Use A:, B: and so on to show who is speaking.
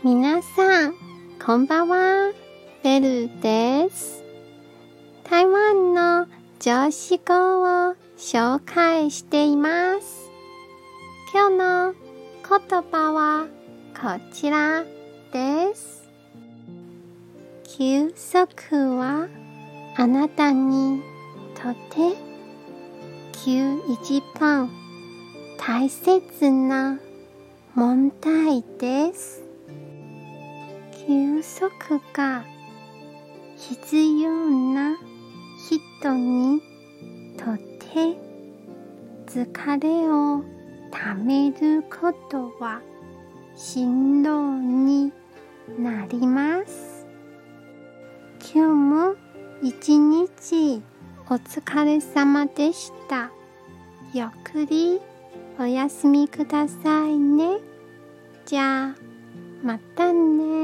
A: 皆さん、こんばんは。ベルです。台湾の常識語を紹介しています。今日の言葉はこちらです。休息はあなたにとって一番大切な問題です。休息が必要な人にとって疲れをためることはしんどになります。今日も一日お疲れ様でした。ゆっくりお休みくださいね。じゃあまたね。